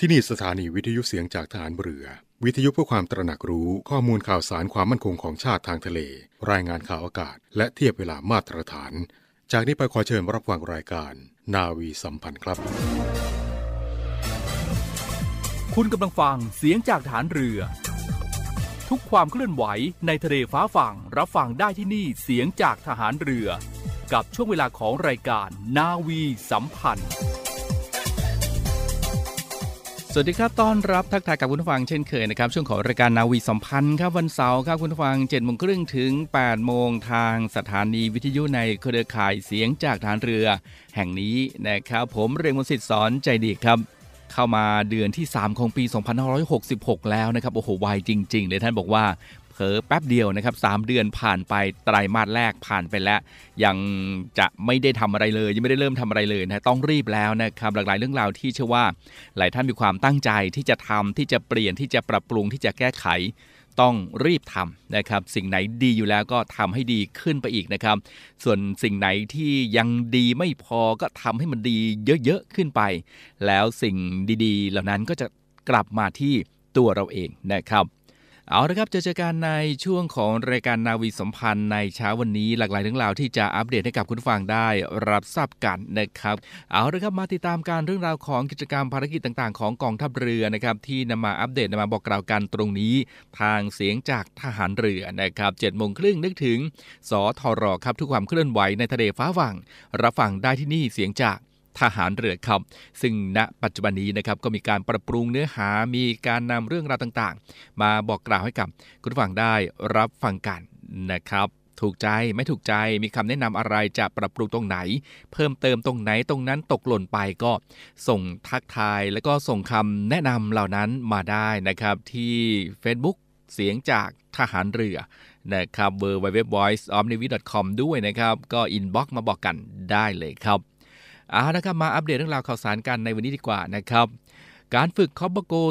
ที่นี่สถานีวิทยุเสียงจากทหารเรือวิทยุเพื่อความตระหนักรู้ข้อมูลข่าวสารความมั่นคงของชาติทางทะเลรายงานข่าวอากาศและเทียบเวลามาตรฐานจากนี้ไปขอเชิญรับฟังรายการนาวีสัมพันธ์ครับคุณกำลังฟังเสียงจากทหารเรือทุกความเคลื่อนไหวในทะเลฟ้าฝั่งรับฟังได้ที่นี่เสียงจากทหารเรือกับช่วงเวลาของรายการนาวีสัมพันธ์สวัสดีครับต้อนรับทักทายกับคุณผู้ฟังเช่นเคยนะครับช่วงของรายการนาวีสัมพันธ์ครับวันเสาร์ครับคุณผู้ฟัง 7:30 นถึง 8:00 นทางสถานีวิทยุในเครือข่ายเสียงจากทหารเรือแห่งนี้นะครับผมเรียงมนต์สิทธิ์สอนใจดีครับเข้ามาเดือนที่3ของปี2566แล้วนะครับโอ้โหไวจริงๆเลยท่านบอกว่าเผลอแป๊บเดียวนะครับ3เดือนผ่านไปไตรมาสแรกผ่านไปแล้วยังจะไม่ได้ทำอะไรเลยยังไม่ได้เริ่มทำอะไรเลยนะต้องรีบแล้วนะครับหลากหลายเรื่องราวที่เชื่อว่าหลายท่านมีความตั้งใจที่จะทำที่จะเปลี่ยนที่จะปรับปรุงที่จะแก้ไขต้องรีบทำนะครับสิ่งไหนดีอยู่แล้วก็ทำให้ดีขึ้นไปอีกนะครับส่วนสิ่งไหนที่ยังดีไม่พอก็ทำให้มันดีเยอะๆขึ้นไปแล้วสิ่งดีๆเหล่านั้นก็จะกลับมาที่ตัวเราเองนะครับเอาละครับเจอกันในช่วงของรายการนาวีสัมพันธ์ในเช้าวันนี้หลากหลายเรื่องราวที่จะอัปเดตให้กับคุณผู้ฟังได้รับทราบกันนะครับเอาละครับมาติดตามการเรื่องราวของกิจกรรมภารกิจต่างๆของกองทัพเรือนะครับที่นำมาอัปเดตนำมาบอกกล่าวกันตรงนี้ทางเสียงจากทหารเรือนะครับ 7:30 นนึกถึงสทรครับทุกความเคลื่อนไหวในทะเลฟ้าฝั่งรับฟังได้ที่นี่เสียงจากทหารเรือครับซึ่งณปัจจุบันนี้นะครับก็มีการปรับปรุงเนื้อหามีการนำเรื่องราวต่างๆมาบอกกล่าวให้กับคุณผู้ฟังได้รับฟังกันนะครับถูกใจไม่ถูกใจมีคำแนะนำอะไรจะปรับปรุงตรงไหนเพิ่มเติมตรงไหนตรงนั้นตกหล่นไปก็ส่งทักทายแล้วก็ส่งคำแนะนำเหล่านั้นมาได้นะครับที่ Facebook เสียงจากทหารเรือนะครับ www.voiceofnavy.com ด้วยนะครับก็อินบ็อกซ์มาบอกกันได้เลยครับนะครับมาอัปเดตเรื่องราวข่าวสารกันในวันนี้ดีกว่านะครับการฝึกคอปโก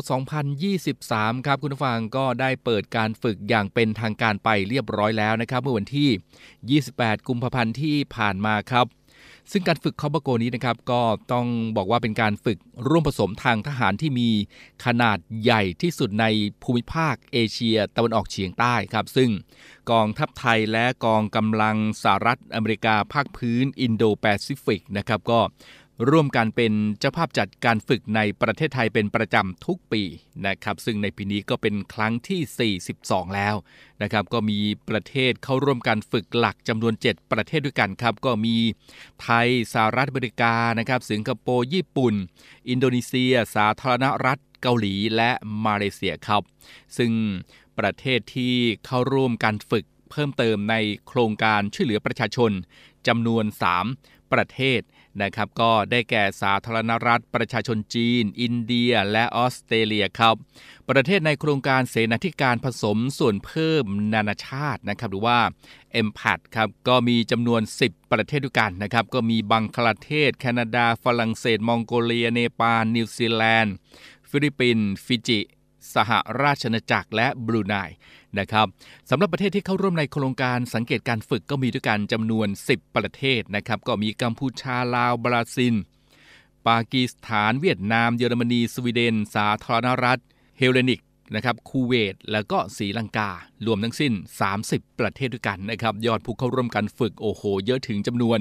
2023ครับคุณผู้ฟังก็ได้เปิดการฝึกอย่างเป็นทางการไปเรียบร้อยแล้วนะครับเมื่อวันที่28กุมภาพันธ์ที่ผ่านมาครับซึ่งการฝึกคอปโกนี้นะครับก็ต้องบอกว่าเป็นการฝึกร่วมผสมทางทหารที่มีขนาดใหญ่ที่สุดในภูมิภาคเอเชียตะวันออกเฉียงใต้ครับซึ่งกองทัพไทยและกองกำลังสหรัฐอเมริกาภาคพื้นอินโดแปซิฟิกนะครับก็ร่วมกันเป็นเจ้าภาพจัดการฝึกในประเทศไทยเป็นประจำทุกปีนะครับซึ่งในปีนี้ก็เป็นครั้งที่42แล้วนะครับก็มีประเทศเข้าร่วมการฝึกหลักจำนวน7ประเทศด้วยกันครับก็มีไทยสหรัฐอเมริกานะครับสิงคโปร์ญี่ปุ่นอินโดนีเซียสาธารณรัฐเกาหลีและมาเลเซียครับซึ่งประเทศที่เข้าร่วมการฝึกเพิ่มเติมในโครงการช่วยเหลือประชาชนจำนวน3ประเทศนะครับก็ได้แก่สาธารณรัฐประชาชนจีนอินเดียและออสเตรเลียครับประเทศในโครงการเสนาธิการผสมส่วนเพิ่มนานาชาตินะครับหรือว่า MPAT ครับก็มีจำนวน10ประเทศด้วยกันนะครับก็มีบังคลาเทศแคนาดาฝรั่งเศสมองโกเลียเนปาลนิวซีแลนด์ฟิลิปปินส์ฟิจิสหราชอาณาจักรและบรูไนนะครับสำหรับประเทศที่เข้าร่วมในโครงการสังเกตการฝึกก็มีด้วยกันจำนวน10ประเทศนะครับก็มีกัมพูชาลาวบราซิลปากีสถานเวียดนามเยอรมนีสวีเดนสาธารณรัฐเฮเลนิกนะครับคูเวตแล้วก็ศรีลังการวมทั้งสิ้น30ประเทศด้วยกันนะครับยอดผู้เข้าร่วมการฝึกโอ้โหเยอะถึงจำนวน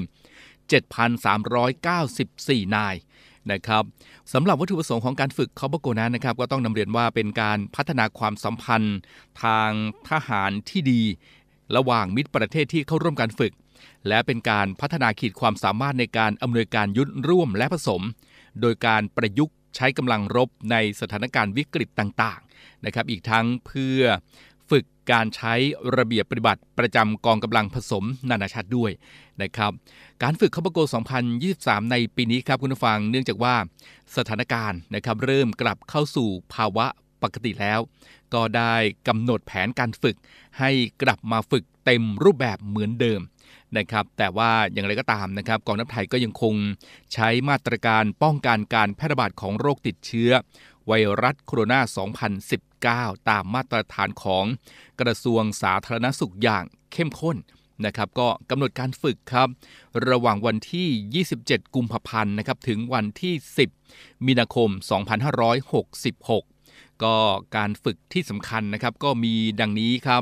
7,394 นายนะครับสำหรับวัตถุประสงค์ของการฝึกคอปโกนั้นนะครับก็ต้องนำเรียนว่าเป็นการพัฒนาความสัมพันธ์ทางทหารที่ดีระหว่างมิตรประเทศที่เข้าร่วมการฝึกและเป็นการพัฒนาขีดความสามารถในการอำนวยการยุทธร่วมและผสมโดยการประยุกต์ใช้กำลังรบในสถานการณ์วิกฤตต่างๆนะครับอีกทั้งเพื่อฝึกการใช้ระเบียบปฏิบัติประจำกองกำลังผสมนานาชาติด้วยนะครับการฝึกคอปโก2023ในปีนี้ครับคุณผู้ฟังเนื่องจากว่าสถานการณ์นะครับเริ่มกลับเข้าสู่ภาวะปกติแล้วก็ได้กำหนดแผนการฝึกให้กลับมาฝึกเต็มรูปแบบเหมือนเดิมนะครับแต่ว่าอย่างไรก็ตามนะครับกองทัพไทยก็ยังคงใช้มาตรการป้องกันการแพร่ระบาดของโรคติดเชื้อไวรัสโคโรนา 2019 ตามมาตรฐานของกระทรวงสาธารณสุขอย่างเข้มข้นนะครับก็กำหนดการฝึกครับระหว่างวันที่27กุมภาพันธ์นะครับถึงวันที่10มีนาคม2566ก็การฝึกที่สำคัญนะครับก็มีดังนี้ครับ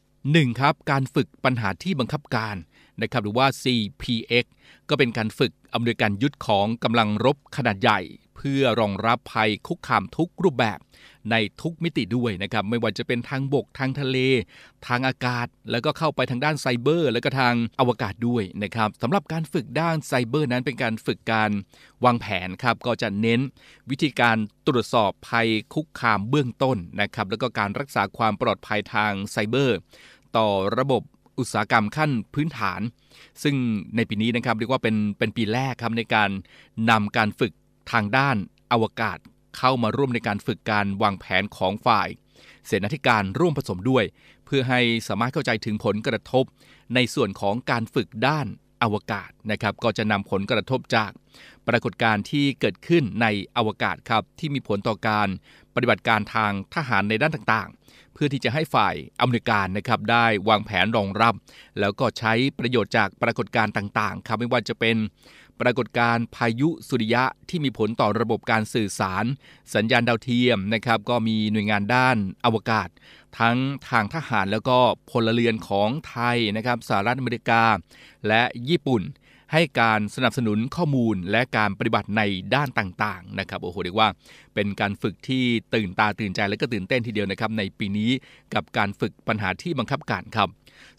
1ครับการฝึกปัญหาที่บังคับการนะครับหรือว่า CPX ก็เป็นการฝึกอำนวยการยุทธของกำลังรบขนาดใหญ่เพื่อรองรับภัยคุกคามทุกรูปแบบในทุกมิติด้วยนะครับไม่ว่าจะเป็นทางบกทางทะเลทางอากาศแล้วก็เข้าไปทางด้านไซเบอร์แล้วก็ทางอวกาศด้วยนะครับสำหรับการฝึกด้านไซเบอร์นั้นเป็นการฝึกการวางแผนครับก็จะเน้นวิธีการตรวจสอบภัยคุกคามเบื้องต้นนะครับแล้วก็การรักษาความปลอดภัยทางไซเบอร์ต่อระบบอุตสาหกรรมขั้นพื้นฐานซึ่งในปีนี้นะครับเรียกว่าเป็นปีแรกครับในการนำการฝึกทางด้านอวกาศเข้ามาร่วมในการฝึกการวางแผนของฝ่ายเสนาธิการร่วมผสมด้วยเพื่อให้สามารถเข้าใจถึงผลกระทบในส่วนของการฝึกด้านอวกาศนะครับก็จะนำผลกระทบจากปรากฏการณ์ที่เกิดขึ้นในอวกาศครับที่มีผลต่อการปฏิบัติการทางทหารในด้านต่างๆเพื่อที่จะให้ฝ่ายอำนวยการนะครับได้วางแผนรองรับแล้วก็ใช้ประโยชน์จากปรากฏการณ์ต่างๆครับไม่ว่าจะเป็นปรากฏการณ์พายุสุริยะที่มีผลต่อระบบการสื่อสารสัญญาณดาวเทียมนะครับก็มีหน่วยงานด้านอวกาศทั้งทางทหารแล้วก็พลเรือนของไทยนะครับสหรัฐอเมริกาและญี่ปุ่นให้การสนับสนุนข้อมูลและการปฏิบัติในด้านต่างๆนะครับโอ้โหเรียกว่าเป็นการฝึกที่ตื่นตาตื่นใจและก็ตื่นเต้นทีเดียวนะครับในปีนี้กับการฝึกปัญหาที่บังคับการครับ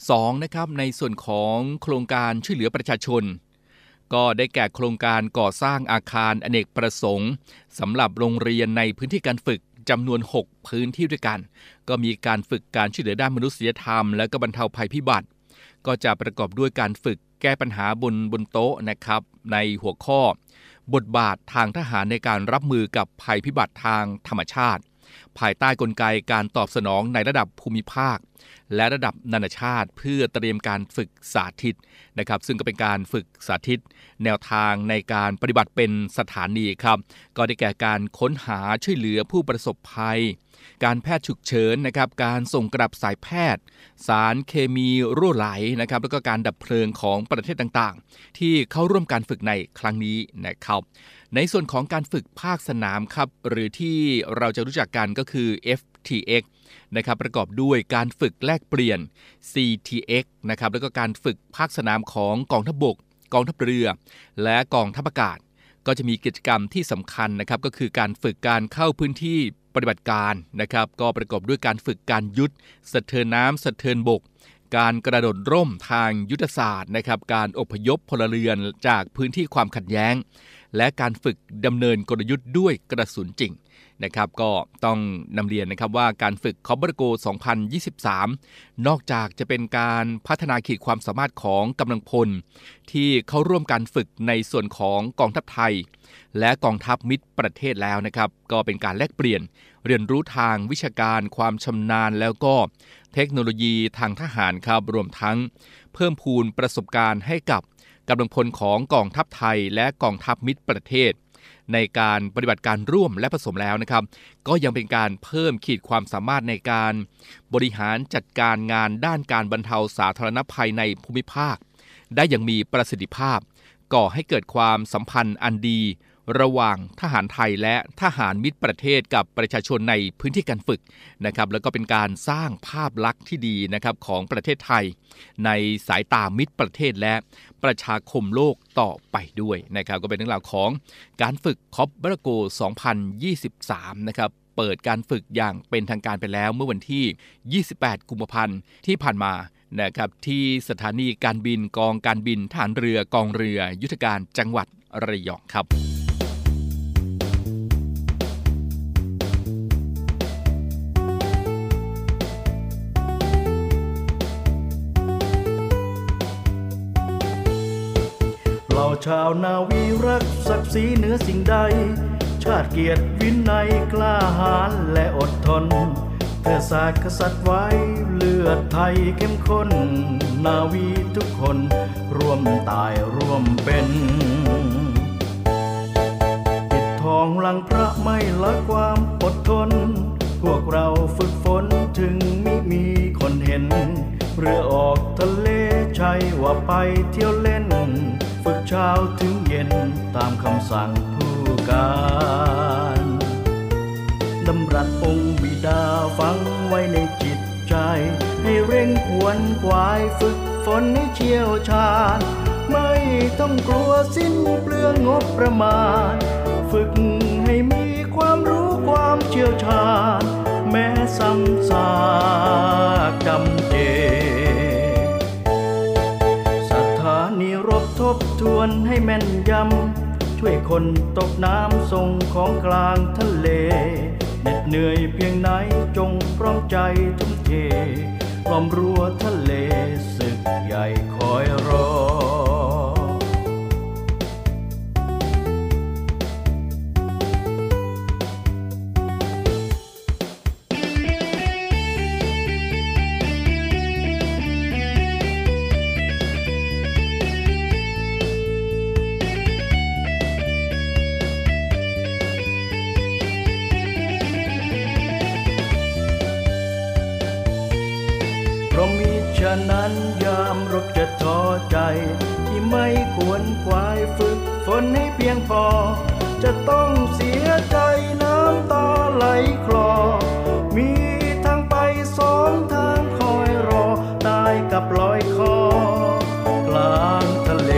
2นะครับในส่วนของโครงการช่วยเหลือประชาชนก็ได้แก่โครงการก่อสร้างอาคารอเนกประสงค์สำหรับโรงเรียนในพื้นที่การฝึกจำนวน6พื้นที่ด้วยกันก็มีการฝึกการช่วยเหลือด้านมนุษยธรรมและก็บรรเทาภัยพิบัติก็จะประกอบด้วยการฝึกแก้ปัญหาบนโต๊ะนะครับในหัวข้อบทบาททางทหารในการรับมือกับภัยพิบัติทางธรรมชาติภายใต้กลไกการตอบสนองในระดับภูมิภาคและระดับนานาชาติเพื่อเตรียมการฝึกสาธิตนะครับซึ่งก็เป็นการฝึกสาธิตแนวทางในการปฏิบัติเป็นสถานีครับก็ได้แก่การค้นหาช่วยเหลือผู้ประสบภัยการแพทย์ฉุกเฉินนะครับการส่งกลับสายแพทย์สารเคมีรั่วไหลนะครับแล้วก็การดับเพลิงของประเทศต่างๆที่เข้าร่วมการฝึกในครั้งนี้นะครับในส่วนของการฝึกภาคสนามครับหรือที่เราจะรู้จักกันก็คือ FTX นะครับประกอบด้วยการฝึกแลกเปลี่ยน CTX นะครับแล้วก็การฝึกภาคสนามของกองทัพบกกองทัพเรือและกองทัพอากาศก็จะมีกิจกรรมที่สำคัญนะครับก็คือการฝึกการเข้าพื้นที่ปฏิบัติการนะครับก็ประกอบด้วยการฝึกการยุทธสะเทินน้ำสะเทินบกการกระโดดร่มทางยุทธศาสตร์นะครับการอพยพพลเรือนจากพื้นที่ความขัดแย้งและการฝึกดำเนินกลยุทธ์ด้วยกระสุนจริงนะครับก็ต้องนำเรียนนะครับว่าการฝึกคอมบาโก2023นอกจากจะเป็นการพัฒนาขีดความสามารถของกำลังพลที่เข้าร่วมการฝึกในส่วนของกองทัพไทยและกองทัพมิตรประเทศแล้วนะครับก็เป็นการแลกเปลี่ยนเรียนรู้ทางวิชาการความชำนาญแล้วก็เทคโนโลยีทางทหารครับรวมทั้งเพิ่มพูนประสบการณ์ให้กับกำลังพลของกองทัพไทยและกองทัพมิตรประเทศในการปฏิบัติการร่วมและผสมแล้วนะครับก็ยังเป็นการเพิ่มขีดความสามารถในการบริหารจัดการงานด้านการบรรเทาสาธารณภัยในภูมิภาคได้อย่างมีประสิทธิภาพก่อให้เกิดความสัมพันธ์อันดีระหว่างทหารไทยและทหารมิตรประเทศกับประชาชนในพื้นที่การฝึกนะครับแล้วก็เป็นการสร้างภาพลักษณ์ที่ดีนะครับของประเทศไทยในสายตามิตรประเทศและประชาคมโลกต่อไปด้วยนะครับก็เป็นเรื่องราวของการฝึกคอปบาโก2023นะครับเปิดการฝึกอย่างเป็นทางการไปแล้วเมื่อวันที่28กุมภาพันธ์ที่ผ่านมานะครับที่สถานีการบินกองการบินทหารเรือกองเรือยุทธการจังหวัดระยองครับเหล่าชาวนาวีรักศักดิ์ศรีเหนือสิ่งใดชาติเกียรติวินัยกล้าหาญและอดทนเพื่อศาสตร์กษัตริย์ไว้เลือดไทยเข้มข้นนาวีทุกคนร่วมตายร่วมเป็นปิดทองหลังพระไม่ละความอดทนพวกเราฝึกฝนถึงมิมีคนเห็นเรือออกทะเลใช้ว่าไปเที่ยวเล่นฝึกเช้าถึงเย็นตามคำสั่งผู้การดำรัสองค์บิดาฟังไว้ในจิตใจให้เร่งขวนขวายฝึกฝนให้เชี่ยวชาญไม่ต้องกลัวสิ้นเปลืองงบประมาณฝึกให้มีความรู้ความเชี่ยวชาญแม้ซ้ำซากจำเจสถานีรบทบทวนให้แม่นยำช่วยคนตกน้ำส่งของกลางทะเลเหน็ดเหนื่อยเพียงไหนจงพร้อมใจทุ่มเทล้อมรั้วทะเลศึกใหญ่คอยรอฉะนั้นยามรบจะท้อใจที่ไม่ควรควายฝึกฝนให้เพียงพอจะต้องเสียใจน้ำตาไหลคลอมีทางไปสองทางคอยรอตายกับลอยคอกลางทะเล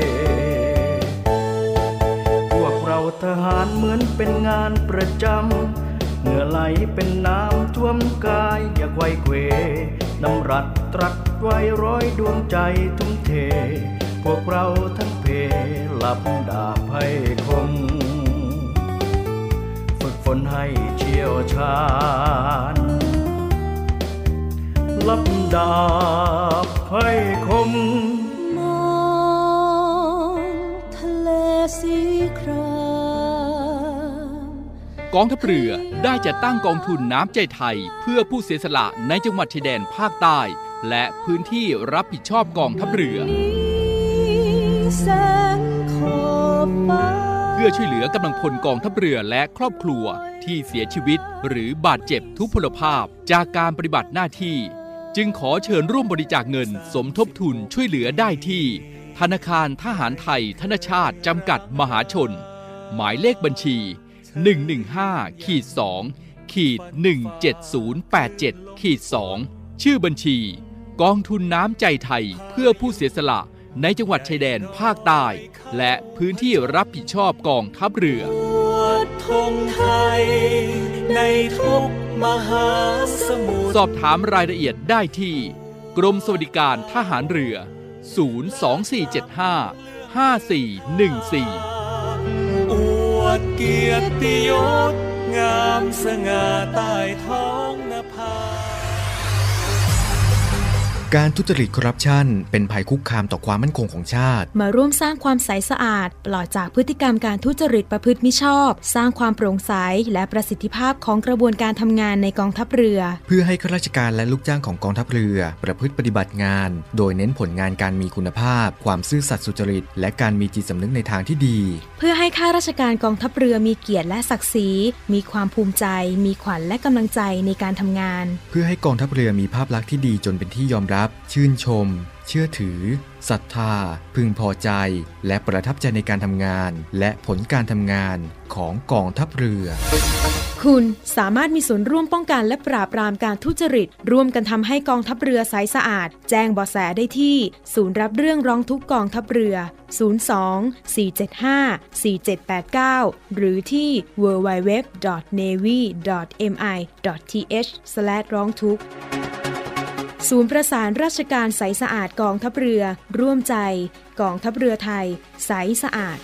พวกเราทหารเหมือนเป็นงานประจำเหงื่อไหลเป็นน้ำท่วมกายอย่าไขว้เขวน้ำรัดตรัสไว้ร้อยดวงใจทุ่มเทพวกเราทั้งเพหลับดาบให้คมฝึกฝนให้เชี่ยวชาญลับดาบให้คมมองทะเลสีครามกองทัพเรือได้จัดตั้งกองทุนน้ำใจไทยเพื่อผู้เสียสละในจังหวัดชายแดนภาคใต้และพื้นที่รับผิดชอบกองทัพเรือเพื่อช่วยเหลือกำลังพลกองทัพเรือและครอบครัวที่เสียชีวิตหรือบาดเจ็บทุพพลภาพจากการปฏิบัติหน้าที่จึงขอเชิญร่วมบริจาคเงินสมทบทุนช่วยเหลือได้ที่ธนาคารทหารไทยธนชาติจำกัดมหาชนหมายเลขบัญชี115-2-17087-2ชื่อบัญชีกองทุนน้ำใจไทยเพื่อผู้เสียสละในจังหวัดชายแดนภาคใต้และพื้นที่รับผิดชอบกองทัพเรือธงไทยในทุกมหาสมุทรสอบถามรายละเอียดได้ที่กรมสวัสดิการทหารเรือ024755414 อวดเกียรติยศงามสง่าใต้ท้องนภาการทุจริตคอร์รัปชันเป็นภัยคุกคามต่อความมั่นคงของชาติมาร่วมสร้างความใสสะอาดปลอดจากพฤติกรรมการทุจริตประพฤติมิชอบสร้างความโปร่งใสและประสิทธิภาพของกระบวนการทำงานในกองทัพเรือเพื่อให้ข้าราชการและลูกจ้างของกองทัพเรือประพฤติปฏิบัติงานโดยเน้นผลงานการมีคุณภาพความซื่อสัตย์สุจริตและการมีจิตสำนึกในทางที่ดีเพื่อให้ข้าราชการกองทัพเรือมีเกียรติและศักดิ์ศรีมีความภูมิใจมีขวัญและกำลังใจในการทำงานเพื่อให้กองทัพเรือมีภาพลักษณ์ที่ดีจนเป็นที่ยอมรับชื่นชมเชื่อถือศรัทธาพึงพอใจและประทับใจในการทำงานและผลการทำงานของกองทัพเรือคุณสามารถมีส่วนร่วมป้องกันและปราบปรามการทุจริตร่วมกันทำให้กองทัพเรือใสสะอาดแจ้งเบาะแสได้ที่ศูนย์รับเรื่องร้องทุกข์กองทัพเรือ02-475-4789หรือที่ www.navy.mi.th/ร้องทุกข์ศูนย์ประสานราชการใสสะอาดกองทัพเรือร่วมใจกองทัพเรือไทยใสสะอาด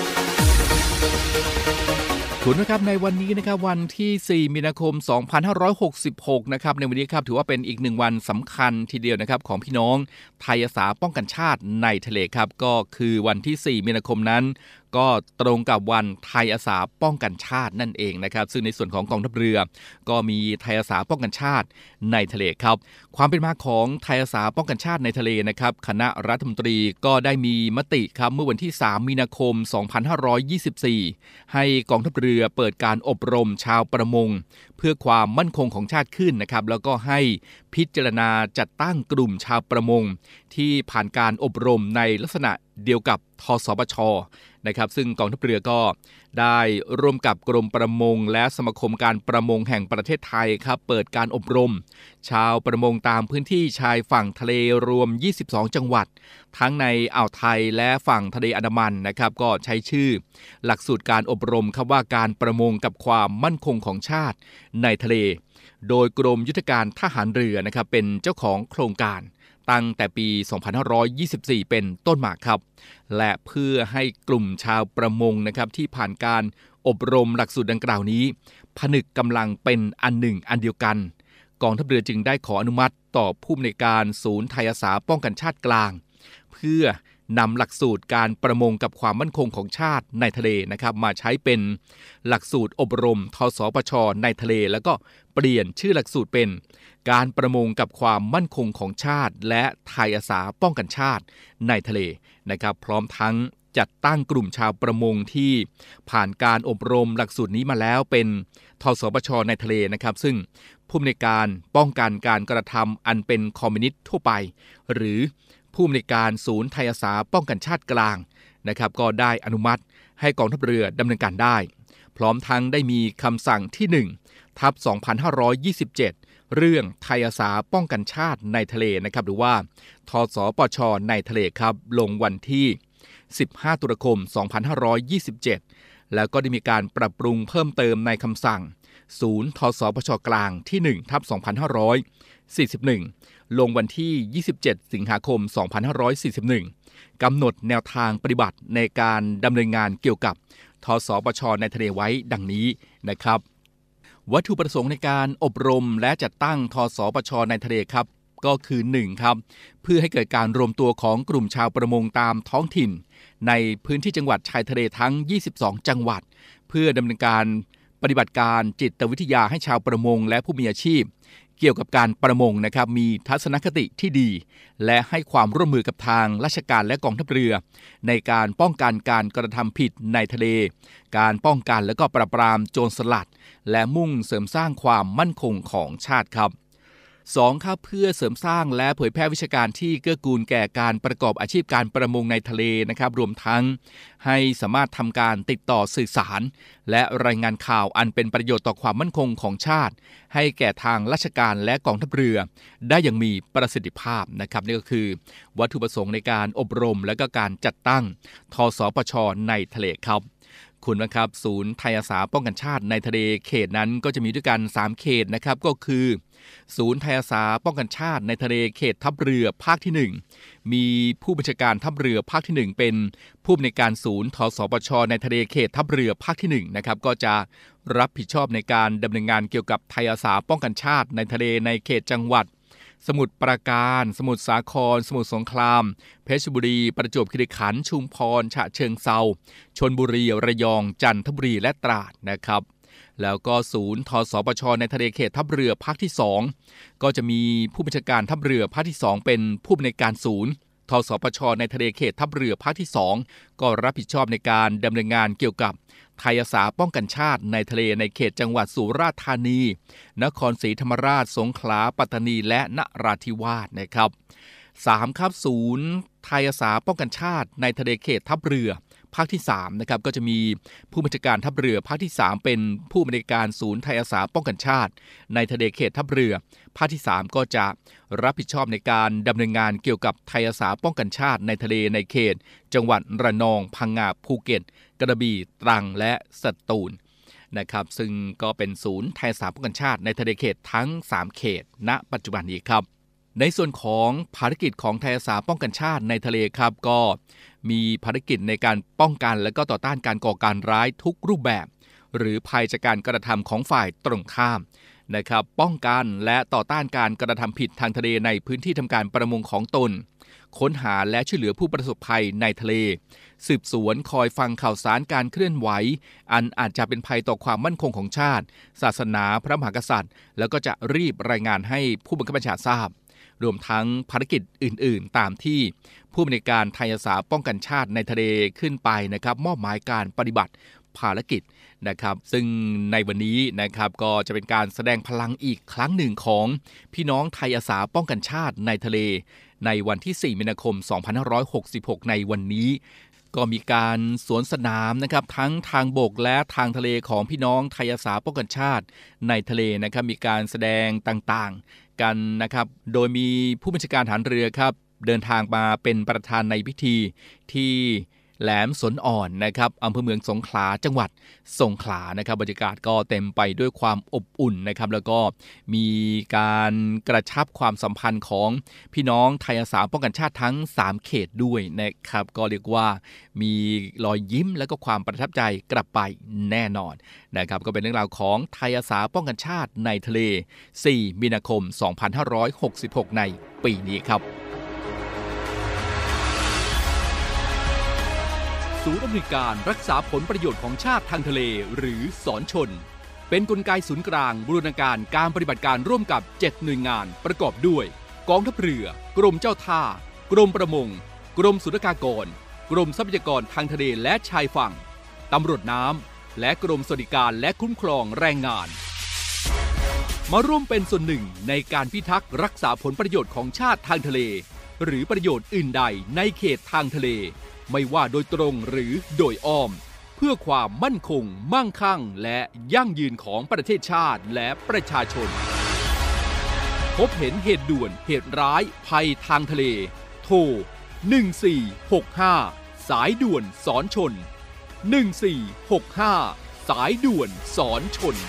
คุณนะครับในวันนี้นะครับวันที่4มีนาคม2566นะครับในวันนี้ครับถือว่าเป็นอีกหนึ่งวันสำคัญทีเดียวนะครับของพี่น้องไทยอาสาป้องกันชาติในทะเลครับก็คือวันที่4มีนาคมนั้นก็ตรงกับวันไทยอาสาป้องกันชาตินั่นเองนะครับซึ่งในส่วนของกองทัพเรือก็มีไทยอาสาป้องกันชาติในทะเลครับความเป็นมาของไทยอาสาป้องกันชาติในทะเลนะครับคณะรัฐมนตรีก็ได้มีมติครับเมื่อวันที่3มีนาคม2524ให้กองทัพเรือเปิดการอบรมชาวประมงเพื่อความมั่นคงของชาติขึ้นนะครับแล้วก็ให้พิจารณาจัดตั้งกลุ่มชาวประมงที่ผ่านการอบรมในลักษณะเดียวกับทสปช.นะครับซึ่งกองทัพเรือก็ได้ร่วมกับกรมประมงและสมาคมการประมงแห่งประเทศไทยครับเปิดการอบรมชาวประมงตามพื้นที่ชายฝั่งทะเลรวม22จังหวัดทั้งในอ่าวไทยและฝั่งทะเลอันดามันนะครับก็ใช้ชื่อหลักสูตรการอบรมครับว่าการประมงกับความมั่นคงของชาติในทะเลโดยกรมยุทธการทหารเรือนะครับเป็นเจ้าของโครงการตั้งแต่ปี 2524 เป็นต้นมาครับและเพื่อให้กลุ่มชาวประมงนะครับที่ผ่านการอบรมหลักสูตรดังกล่าวนี้ผนึกกำลังเป็นอันหนึ่งอันเดียวกันกองทัพเรือจึงได้ขออนุมัติต่อผู้อำนวยการศูนย์ไทยอาสาป้องกันชาติกลางเพื่อนำหลักสูตรการประมงกับความมั่นคงของชาติในทะเลนะครับมาใช้เป็นหลักสูตรอบรมทสปช.ในทะเลแล้วก็เปลี่ยนชื่อหลักสูตรเป็นการประมงกับความมั่นคงของชาติและไทยอาสาป้องกันชาติในทะเลนะครับพร้อมทั้งจัดตั้งกลุ่มชาวประมงที่ผ่านการอบรมหลักสูตรนี้มาแล้วเป็นทสปช.ในทะเลนะครับซึ่งผู้อำนวยการป้องกันการกระทำอันเป็นคอมมิวนิสต์ทั่วไปหรือผู้อำนวยการศูนย์ไทยอาสาป้องกันชาติกลางนะครับก็ได้อนุมัติให้กองทัพเรือดำเนินการได้พร้อมทั้งได้มีคำสั่งที่ 1/2527 เรื่องไทยอาสาป้องกันชาติในทะเลนะครับหรือว่าทสปช.ในทะเลครับลงวันที่15 ตุลาคม 2527 แล้วก็ได้มีการปรับปรุงเพิ่มเติมในคำสั่งศูนย์ทสปช.กลางที่ 1/2541 ลงวันที่ 27 สิงหาคม 2541 กำหนดแนวทางปฏิบัติในการดำเนินงานเกี่ยวกับทสปช.ในทะเลไว้ดังนี้นะครับวัตถุประสงค์ในการอบรมและจัดตั้งทสปช.ในทะเลครับก็คือ 1. ครับเพื่อให้เกิดการรวมตัวของกลุ่มชาวประมงตามท้องถิ่นในพื้นที่จังหวัดชายทะเลทั้ง22จังหวัดเพื่อดำเนินการปฏิบัติการจิตวิทยาให้ชาวประมงและผู้มีอาชีพเกี่ยวกับการประมงนะครับมีทัศนคติที่ดีและให้ความร่วมมือกับทางราชการและกองทัพเรือในการป้องกันการกระทำผิดในทะเลการป้องกันและก็ปราบปรามโจรสลัดและมุ่งเสริมสร้างความมั่นคงของชาติครับ 2. ครับเพื่อเสริมสร้างและเผยแพร่วิชาการที่เกื้อกูลแก่การประกอบอาชีพการประมงในทะเลนะครับรวมทั้งให้สามารถทำการติดต่อสื่อสารและรายงานข่าวอันเป็นประโยชน์ต่อความมั่นคงของชาติให้แก่ทางราชการและกองทัพเรือได้อย่างมีประสิทธิภาพนะครับนี่ก็คือวัตถุประสงค์ในการอบรมและก็การจัดตั้งทสปช.ในทะเลครับคุณนะครับศูนย์ไทยอาสาป้องกันชาติในทะเลเขตนั้นก็จะมีด้วยกัน3เขตนะครับก็คือศูนย์ไทยอาสาป้องกันชาติในทะเลเขตทัพเรือภาคที่1มีผู้บัญชาการทัพเรือภาคที่1เป็นผู้อำนวยการศูนย์ทสปช.ในทะเลเขตทัพเรือภาคที่1นะครับก็จะรับผิดชอบในการดำเนินงานเกี่ยวกับไทยอาสาป้องกันชาติในทะเลในเขตจังหวัดสมุทรปราการสมุทรสาครสมุทรสงครามเพชรบุรีประจวบคีรีขันธ์ชุมพรฉะเชิงเทราชลบุรีระยองจันทบุรีและตราดนะครับแล้วก็ศูนย์ทสปช.ในทะเลเขตทัพเรือภาคที่2ก็จะมีผู้บัญชาการทัพเรือภาคที่2เป็นผู้อำนวยการศูนย์ทสปช.ในทะเลเขตทัพเรือภาคที่2ก็รับผิดชอบในการดำเนินงานเกี่ยวกับไทยอาสาป้องกันชาติในทะเลในเขตจังหวัดสุราษฎร์ธานีนครศรีธรรมราชสงขลาปัตตานีและนราธิวาสนะครับ 3. ครับศูนย์ไทยอาสาป้องกันชาติในทะเลเขตทัพเรือภาคที่3นะครับก็จะมีผู้บัญชาการทัพเรือภาคที่3เป็นผู้บริการศูนย์ไทยอาสาป้องกันชาติในทะเลเขตทัพเรือภาคที่3ก็จะรับผิดชอบในการดำเนินงานเกี่ยวกับไทยอาสาป้องกันชาติในทะเลในเขตจังหวัดระนองพังงาภูเก็ตกระบี่ตรังและสตูลนะครับซึ่งก็เป็นศูนย์ไทยอาสาป้องกันชาติในทะเลเขตทั้ง3เขตณปัจจุบันนี้ครับในส่วนของภารกิจของไทยอาสาป้องกันชาติในทะเลครับก็มีภารกิจในการป้องกันและก็ต่อต้านการก่อการร้ายทุกรูปแบบหรือภัยจากการกระทำของฝ่ายตรงข้ามนะครับป้องกันและต่อต้านการกระทำผิดทางทะเลในพื้นที่ทำการประมงของตนค้นหาและช่วยเหลือผู้ประสบภัยในทะเลสืบสวนคอยฟังข่าวสารการเคลื่อนไหวอันอาจจะเป็นภัยต่อความมั่นคงของชาติศาสนาพระมหากษัตริย์แล้วก็จะรีบรายงานให้ผู้บังคับบัญชาทราบรวมทั้งภารกิจอื่นๆตามที่ผู้บริการไทยอาสาป้องกันชาติในทะเลขึ้นไปนะครับมอบหมายการปฏิบัติภารกิจนะครับซึ่งในวันนี้นะครับก็จะเป็นการแสดงพลังอีกครั้งหนึ่งของพี่น้องไทยอาสาป้องกันชาติในทะเลในวันที่4มีนาคม2566ในวันนี้ก็มีการสวนสนามนะครับทั้งทางบกและทางทะเลของพี่น้องไทยอาสาป้องกันชาติในทะเลนะครับมีการแสดงต่างๆกันนะครับโดยมีผู้บัญชาการทหารเรือครับเดินทางมาเป็นประธานในพิธีที่แหลมสนอ่อนนะครับอำเภอเมืองสงขลาจังหวัดสงขลานะครับบรรยากาศก็เต็มไปด้วยความอบอุ่นนะครับแล้วก็มีการกระชับความสัมพันธ์ของพี่น้องไทยอาสาป้องกันชาติทั้ง3เขตด้วยนะครับก็เรียกว่ามีรอยยิ้มและก็ความประทับใจกลับไปแน่นอนนะครับก็เป็นเรื่องราวของไทยอาสาป้องกันชาติในทะเล4มีนาคม2566ในปีนี้ครับศูนย์อำนวยการรักษาผลประโยชน์ของชาติทางทะเลหรือศรชนเป็นกลไกศูนย์กลางบูรณาการการปฏิบัติการร่วมกับ7หน่วยงานประกอบด้วยกองทัพเรือกรมเจ้าท่ากรมประมงกรมศุลกากรกรมทรัพยากรทางทะเลและชายฝั่งตำรวจน้ำและกรมสวัสดิการและคุ้มครองแรงงานมาร่วมเป็นส่วนหนึ่งในการพิทักษ์รักษาผลประโยชน์ของชาติทางทะเลหรือประโยชน์อื่นใดในเขตทางทะเลไม่ว่าโดยตรงหรือโดยอ้อมเพื่อความมั่นคงมั่งคั่งและยั่งยืนของประเทศชาติและประชาชนพบเห็นเหตุด่วนเหตุร้ายภัยทางทะเลโทร1465สายด่วนสอนชน1465สายด่วนสอนชน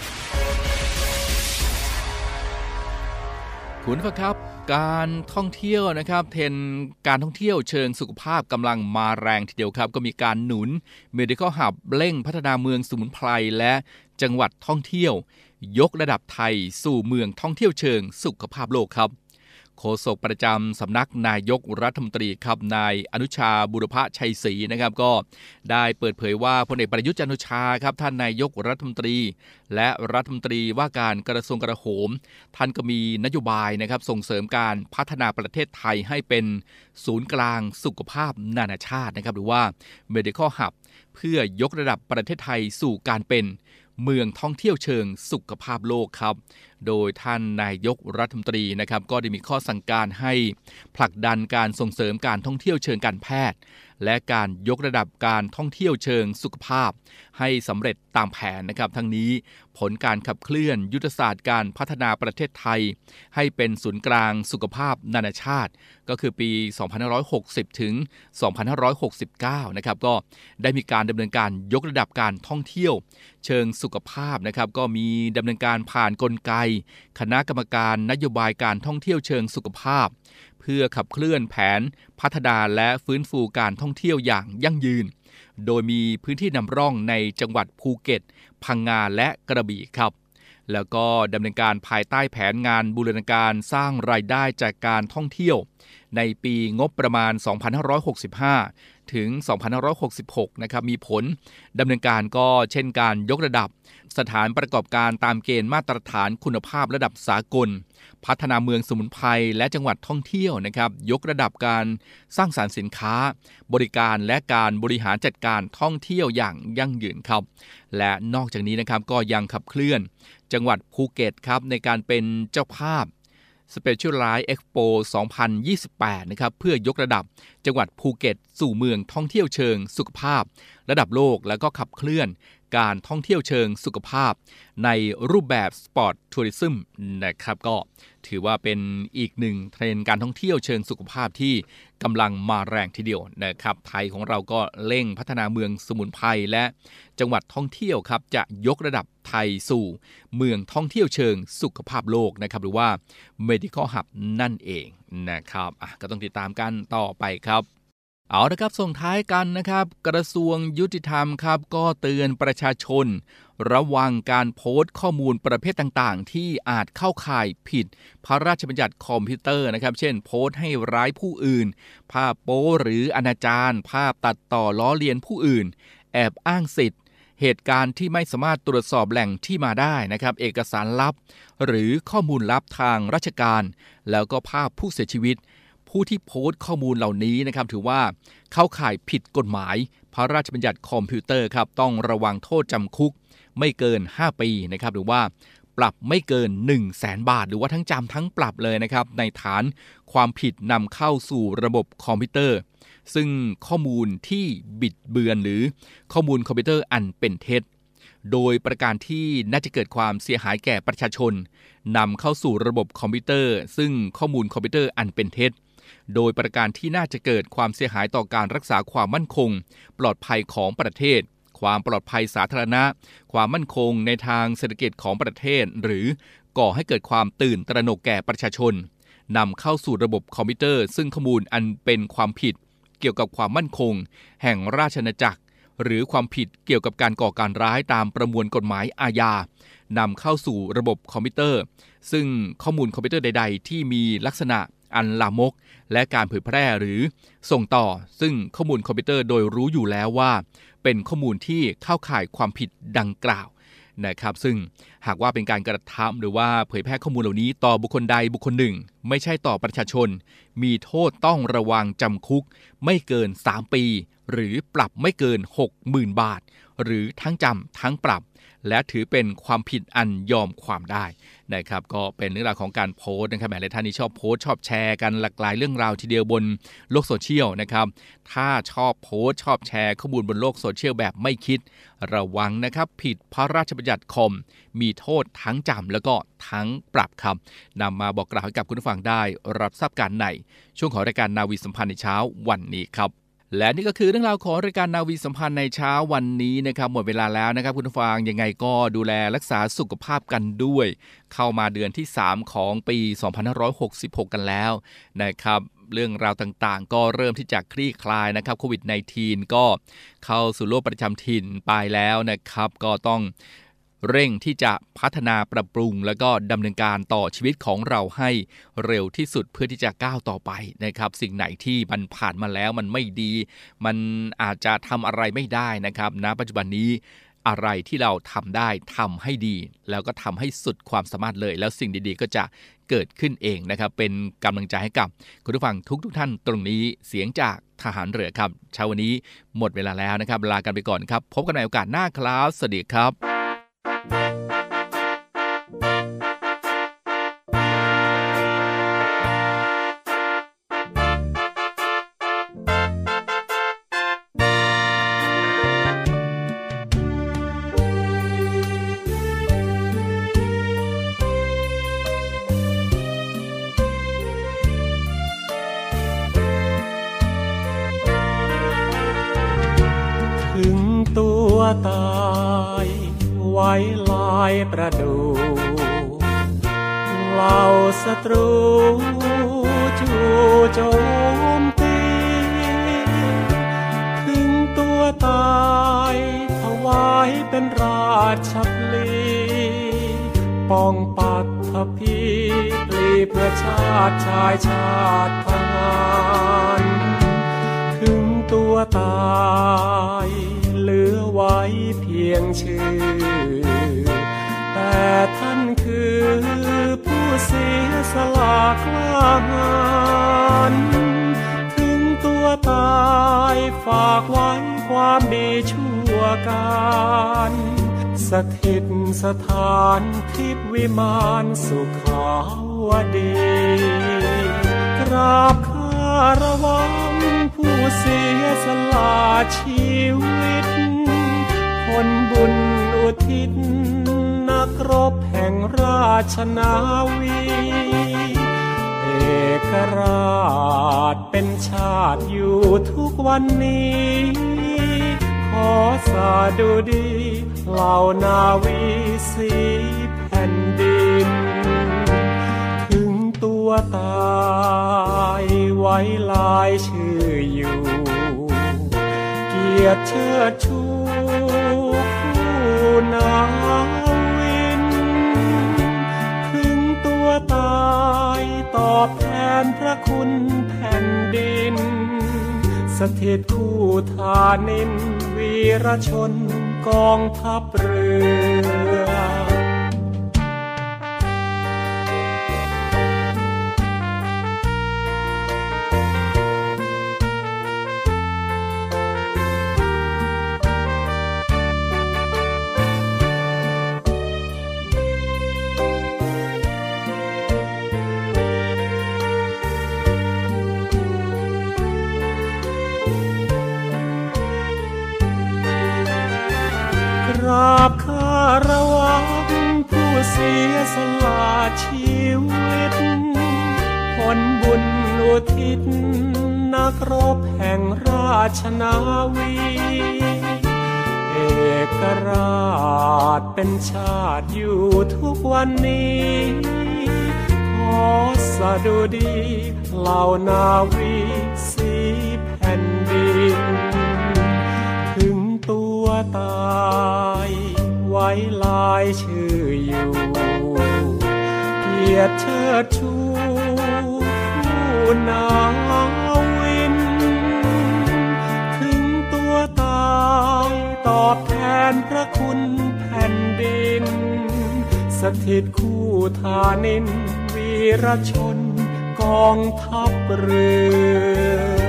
คุณผู้ฟังครับการท่องเที่ยวนะครับเทรนด์การท่องเที่ยวเชิงสุขภาพกำลังมาแรงทีเดียวครับก็มีการหนุน Medical Hub เร่งพัฒนาเมืองสมุนไพรและจังหวัดท่องเที่ยวยกระดับไทยสู่เมืองท่องเที่ยวเชิงสุขภาพโลกครับโฆษกประจำสำนักนายกรัฐมนตรีครับนายอนุชาบุรพชัยศรีนะครับก็ได้เปิดเผยว่าพลเอกประยุทธ์จันทร์โอชาครับท่านนายกรัฐมนตรีและรัฐมนตรีว่าการกระทรวงกลาโหมท่านก็มีนโยบายนะครับส่งเสริมการพัฒนาประเทศไทยให้เป็นศูนย์กลางสุขภาพนานาชาตินะครับหรือว่า Medical Hub เพื่อยกระดับประเทศไทยสู่การเป็นเมืองท่องเที่ยวเชิงสุขภาพโลกครับโดยท่านนายกรัฐมนตรีนะครับก็ได้มีข้อสั่งการให้ผลักดันการส่งเสริมการท่องเที่ยวเชิงการแพทย์และการยกระดับการท่องเที่ยวเชิงสุขภาพให้สำเร็จตามแผนนะครับทั้งนี้ผลการขับเคลื่อนยุทธศาสตร์การพัฒนาประเทศไทยให้เป็นศูนย์กลางสุขภาพนานาชาติก็คือปี 2560 ถึง 2569 นะครับก็ได้มีการดำเนินการยกระดับการท่องเที่ยวเชิงสุขภาพนะครับก็มีดำเนินการผ่านกลไกคณะกรรมการนโยบายการท่องเที่ยวเชิงสุขภาพเพื่อขับเคลื่อนแผนพัฒนาและฟื้นฟูการท่องเที่ยวอย่างยั่งยืนโดยมีพื้นที่นำร่องในจังหวัดภูเก็ตพังงาและกระบี่ครับแล้วก็ดำเนินการภายใต้แผนงานบูรณาการสร้างรายได้จากการท่องเที่ยวในปีงบประมาณ 2565 ถึง 2566 นะครับมีผลดำเนินการก็เช่นการยกระดับสถานประกอบการตามเกณฑ์มาตรฐานคุณภาพระดับสากลพัฒนาเมืองสมุนไพรและจังหวัดท่องเที่ยวนะครับยกระดับการสร้างสรรค์สินค้าบริการและการบริหารจัดการท่องเที่ยวอย่างยั่งยืนครับและนอกจากนี้นะครับก็ยังขับเคลื่อนจังหวัดภูเก็ตครับในการเป็นเจ้าภาพ Specialized Expo 2028 นะครับเพื่อยกระดับจังหวัดภูเก็ตสู่เมืองท่องเที่ยวเชิงสุขภาพระดับโลกแล้วก็ขับเคลื่อนการท่องเที่ยวเชิงสุขภาพในรูปแบบสปอร์ตทัวริซึมนะครับก็ถือว่าเป็นอีกหนึ่งเทรนด์การท่องเที่ยวเชิงสุขภาพที่กำลังมาแรงทีเดียวนะครับไทยของเราก็เร่งพัฒนาเมืองสมุนไพรและจังหวัดท่องเที่ยวครับจะยกระดับไทยสู่เมืองท่องเที่ยวเชิงสุขภาพโลกนะครับหรือว่า Medical Hub นั่นเองนะครับก็ต้องติดตามกันต่อไปครับเอาละครับส่งท้ายกันนะครับกระทรวงยุติธรรมครับก็เตือนประชาชนระวังการโพสต์ข้อมูลประเภทต่างๆที่อาจเข้าข่ายผิดพระราชบัญญัติคอมพิวเตอร์นะครับเช่นโพสต์ให้ร้ายผู้อื่นภาพโป๊หรืออนาจารภาพตัดต่อล้อเลียนผู้อื่นแอบอ้างสิทธิ์เหตุการณ์ที่ไม่สามารถตรวจสอบแหล่งที่มาได้นะครับเอกสารลับหรือข้อมูลลับทางราชการแล้วก็ภาพผู้เสียชีวิตผู้ที่โพสต์ข้อมูลเหล่านี้นะครับถือว่าเข้าข่ายผิดกฎหมายพระราชบัญญัติคอมพิวเตอร์ครับต้องระวังโทษจำคุกไม่เกิน5 ปีนะครับหรือว่าปรับไม่เกิน 100,000 บาทหรือว่าทั้งจำทั้งปรับเลยนะครับในฐานความผิดนำเข้าสู่ระบบคอมพิวเตอร์ซึ่งข้อมูลที่บิดเบือนหรือข้อมูลคอมพิวเตอร์อันเป็นเท็จโดยประการที่น่าจะเกิดความเสียหายแก่ประชาชนนำเข้าสู่ระบบคอมพิวเตอร์ซึ่งข้อมูลคอมพิวเตอร์อันเป็นเท็จโดยประการที่น่าจะเกิดความเสียหายต่อการรักษาความมั่นคงปลอดภัยของประเทศความปลอดภัยสาธารณะความมั่นคงในทางเศรษฐกิจของประเทศหรือก่อให้เกิดความตื่นตระหนกแก่ประชาชนนำเข้าสู่ระบบคอมพิวเตอร์ซึ่งข้อมูลอันเป็นความผิดเกี่ยวกับความมั่นคงแห่งราชอาณาจักรหรือความผิดเกี่ยวกับการก่อการร้ายตามประมวลกฎหมายอาญานำเข้าสู่ระบบคอมพิวเตอร์ซึ่งข้อมูลคอมพิวเตอร์ใดๆที่มีลักษณะอันลามกและการเผยแพร่หรือส่งต่อซึ่งข้อมูลคอมพิวเตอร์โดยรู้อยู่แล้วว่าเป็นข้อมูลที่เข้าข่ายความผิดดังกล่าวนะครับซึ่งหากว่าเป็นการกระทำหรือว่าเผยแพร่ข้อมูลเหล่านี้ต่อบุคคลใดบุคคลหนึ่งไม่ใช่ต่อประชาชนมีโทษต้องระวังจำคุกไม่เกิน3 ปีหรือปรับไม่เกิน 60,000 บาทหรือทั้งจำทั้งปรับและถือเป็นความผิดอันยอมความได้นะครับก็เป็นเรื่องราวของการโพสต์นะครับหลายท่านที่ชอบโพสต์ชอบแชร์กันหลากหลายเรื่องราวทีเดียวบนโลกโซเชียลนะครับถ้าชอบโพสต์ชอบแชร์ข้อมูลบนโลกโซเชียลแบบไม่คิดระวังนะครับผิดพระราชบัญญัติคอมมีโทษทั้งจำแล้วก็ทั้งปรับครับนำมาบอกกล่าวให้กับคุณผู้ฟังได้รับทราบกันในช่วงของรายการนาวีสัมพันธ์ในเช้าวันนี้ครับและนี่ก็คือเรื่องราวของรายการนาวีสัมพันธ์ในเช้าวันนี้นะครับหมดเวลาแล้วนะครับคุณผู้ฟังยังไงก็ดูแลรักษาสุขภาพกันด้วยเข้ามาเดือนที่3ของปี2566กันแล้วนะครับเรื่องราวต่างๆก็เริ่มที่จะคลี่คลายนะครับโควิด -19 ก็เข้าสู่โลกประจำถิ่นไปแล้วนะครับก็ต้องเร่งที่จะพัฒนาปรับปรุงแล้วก็ดำเนินการต่อชีวิตของเราให้เร็วที่สุดเพื่อที่จะก้าวต่อไปนะครับสิ่งไหนที่มันผ่านมาแล้วมันไม่ดีมันอาจจะทำอะไรไม่ได้นะครับณปัจจุบันนี้อะไรที่เราทำได้ทำให้ดีแล้วก็ทำให้สุดความสามารถเลยแล้วสิ่งดีๆก็จะเกิดขึ้นเองนะครับเป็นกำลังใจให้กับคุณผู้ฟังทุกท่านตรงนี้เสียงจากทหารเรือครับเช้าวันนี้หมดเวลาแล้วนะครับลากันไปก่อนครับพบกันในโอกาสหน้าครับสวัสดีครับถึงตัวตายไว้ลายประดูเหล่าศัตรูจู่โจมตีถึงตัวตายถวายเป็นราชพลีป้องปัทภีปลีเพื่อชาติชายชาติทหารถึงตัวตายเหลือไว้เพียงชื่อแต่ท่านคือผู้เสียสละกล้าหาญถึงตัวตายฝากไว้ความดีชั่วการสถิตสถานทิพย์วิมานสุขาวดีกราบคารวะผู้เสียสละชีวิตผลบุญอุทิศนักรบแห่งราชนาวีเอกราชเป็นชาติอยู่ทุกวันนี้ขอสาดุดีเหล่านาวีสีแผ่นดินถึงตัวตายไว้ลายชื่ออยู่เกียรติเชิดชูคู่นาวินถึงตัวตายตอบแทนพระคุณแผ่นดินสถิตคู่ธานินวีรชนกองทัพเรือยสละชีวิตผลบุญอุทิศนักรบแห่งราชนาวีเอกราชเป็นชาติอยู่ทุกวันนี้ขอสดุดีเหล่านาวีสีแผ่นดินถึงตัวตายไว้ลายชื่ออยู่เกียรติเชิดชูผู้นาวินถึงตัวตายตอบแทนพระคุณแผ่นดินสถิตคู่ธานินวีรชนกองทัพเรือ